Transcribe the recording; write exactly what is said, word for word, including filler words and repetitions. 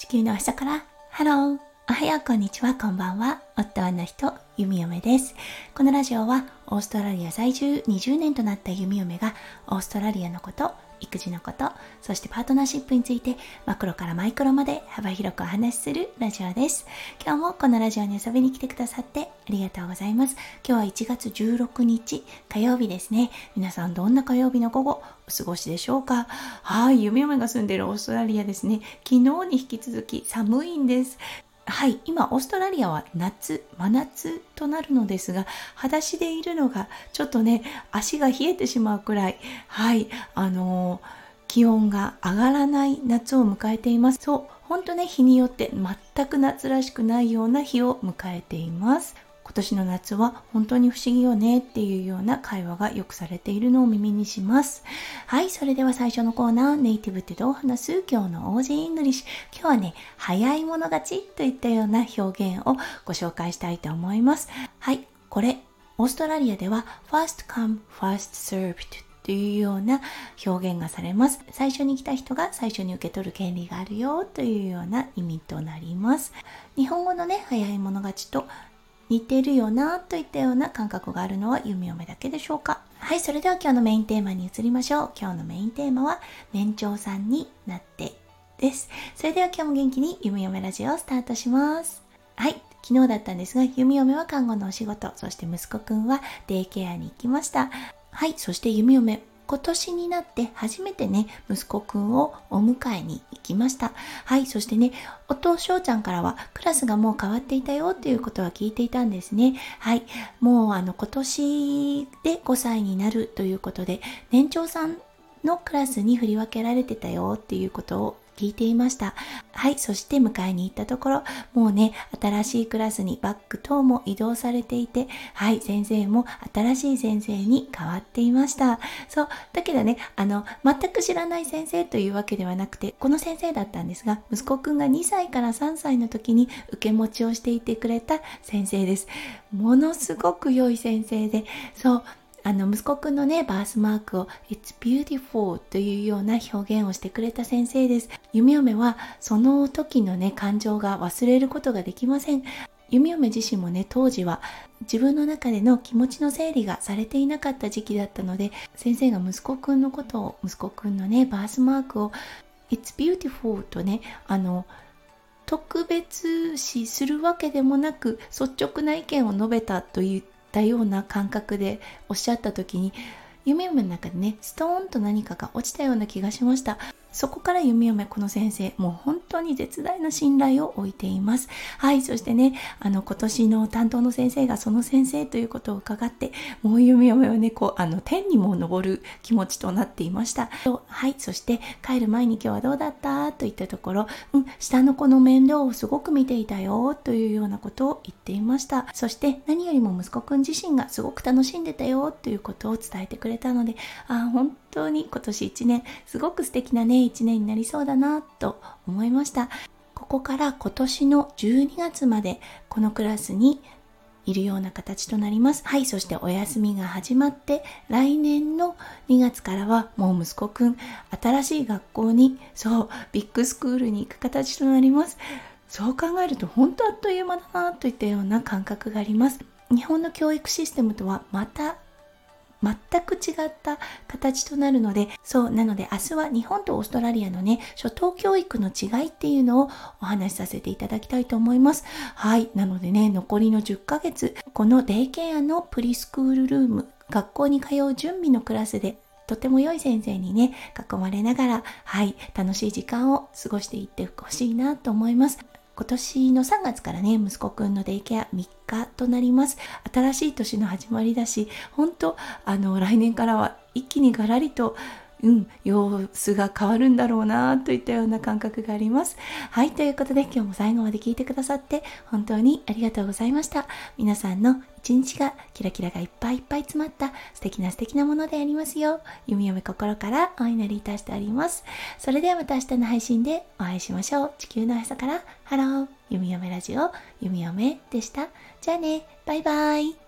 地球の朝からハロー、おはよう、こんにちは、こんばんは。夫の人、弓嫁です。このラジオはオーストラリア在住にじゅうねんとなった弓嫁がオーストラリアのこと、育児のこと、そしてパートナーシップについてマクロからマイクロまで幅広くお話しするラジオです。今日もこのラジオに遊びに来てくださってありがとうございます。今日はいちがつじゅうろくにち火曜日ですね。皆さんどんな火曜日の午後お過ごしでしょうか？はい、弓嫁が住んでいるオーストラリアですね。昨日に引き続き寒いんです。はい、今オーストラリアは夏、真夏となるのですが、裸足でいるのがちょっとね、足が冷えてしまうくらい、はい、あのー、気温が上がらない夏を迎えています。そう、本当ね、日によって全く夏らしくないような日を迎えています。今年の夏は本当に不思議よねっていうような会話がよくされているのを耳にします。はい、それでは最初のコーナー、ネイティブってどう話す？今日の オージー イングリッシュ。今日はね、早い者勝ちといったような表現をご紹介したいと思います。はい、これ、オーストラリアでは First come, first servedというような表現がされます。最初に来た人が最初に受け取る権利があるよというような意味となります。日本語のね、早い者勝ちと似てるよなといったような感覚があるのは弓嫁だけでしょうか？はい、それでは今日のメインテーマに移りましょう。今日のメインテーマは年長さんになってです。それでは今日も元気に弓嫁ラジオをスタートします。はい、昨日だったんですが、弓嫁は看護のお仕事、そして息子くんはデイケアに行きました。はい、そして弓嫁、今年になって初めてね、息子くんをお迎えに行きました。はい、そしてね、夫翔ちゃんからはクラスがもう変わっていたよっていうことは聞いていたんですね。はい、もうあの今年でごさいになるということで、年長さんのクラスに振り分けられてたよっていうことを聞いていました。はい、そして迎えに行ったところ、もうね、新しいクラスにバッグ等も移動されていて、はい、先生も新しい先生に変わっていました。そう、だけどね、あの、全く知らない先生というわけではなくて、この先生だったんですが、息子くんがにさいからさんさいの時に受け持ちをしていてくれた先生です。ものすごく良い先生で、そう、あの息子くんのね、バースマークを It's beautiful というような表現をしてくれた先生です。弓嫁はその時のね、感情が忘れることができません。弓嫁自身もね、当時は自分の中での気持ちの整理がされていなかった時期だったので、先生が息子くんのことを、息子くんのね、バースマークを It's beautiful とね、あの特別視するわけでもなく、率直な意見を述べたというような感覚でおっしゃった時に、弓嫁の中でね、ストーンと何かが落ちたような気がしました。そこから弓嫁、この先生、もう本当に絶大な信頼を置いています。はい、そしてね、あの今年の担当の先生がその先生ということを伺って、もう弓嫁はね、こうあの天にも昇る気持ちとなっていました。はい、そして帰る前に今日はどうだったといったところ、うん、下の子の面倒をすごく見ていたよというようなことを言っていました。そして何よりも息子くん自身がすごく楽しんでたよということを伝えてくれたので、あ、本当に今年いちねんすごく素敵なね、いちねんになりそうだなと思いました。ここから今年のじゅうにがつまでこのクラスにいるような形となります。はい、そしてお休みが始まって、来年のにがつからはもう息子くん、新しい学校に、そう、ビッグスクールに行く形となります。そう考えると本当あっという間だなといったような感覚があります。日本の教育システムとはまた全く違った形となるので、そうなので明日は日本とオーストラリアのね、初等教育の違いっていうのをお話しさせていただきたいと思います。はい、なのでね、残りのじゅっかげつ、このデイケアのプリスクールルーム、学校に通う準備のクラスでとても良い先生にね、囲まれながら、はい、楽しい時間を過ごしていってほしいなと思います。今年のさんがつからね、息子くんのデイケアみっかとなります。新しい年の始まりだし、本当あの来年からは一気にガラリとうん、様子が変わるんだろうなといったような感覚があります。はい、ということで今日も最後まで聞いてくださって本当にありがとうございました。皆さんの一日がキラキラがいっぱいいっぱい詰まった素敵な素敵なものでありますよう、弓嫁心からお祈りいたしております。それではまた明日の配信でお会いしましょう。地球の朝からハロー、弓嫁ラジオ、弓嫁でした。じゃあね、バイバイ。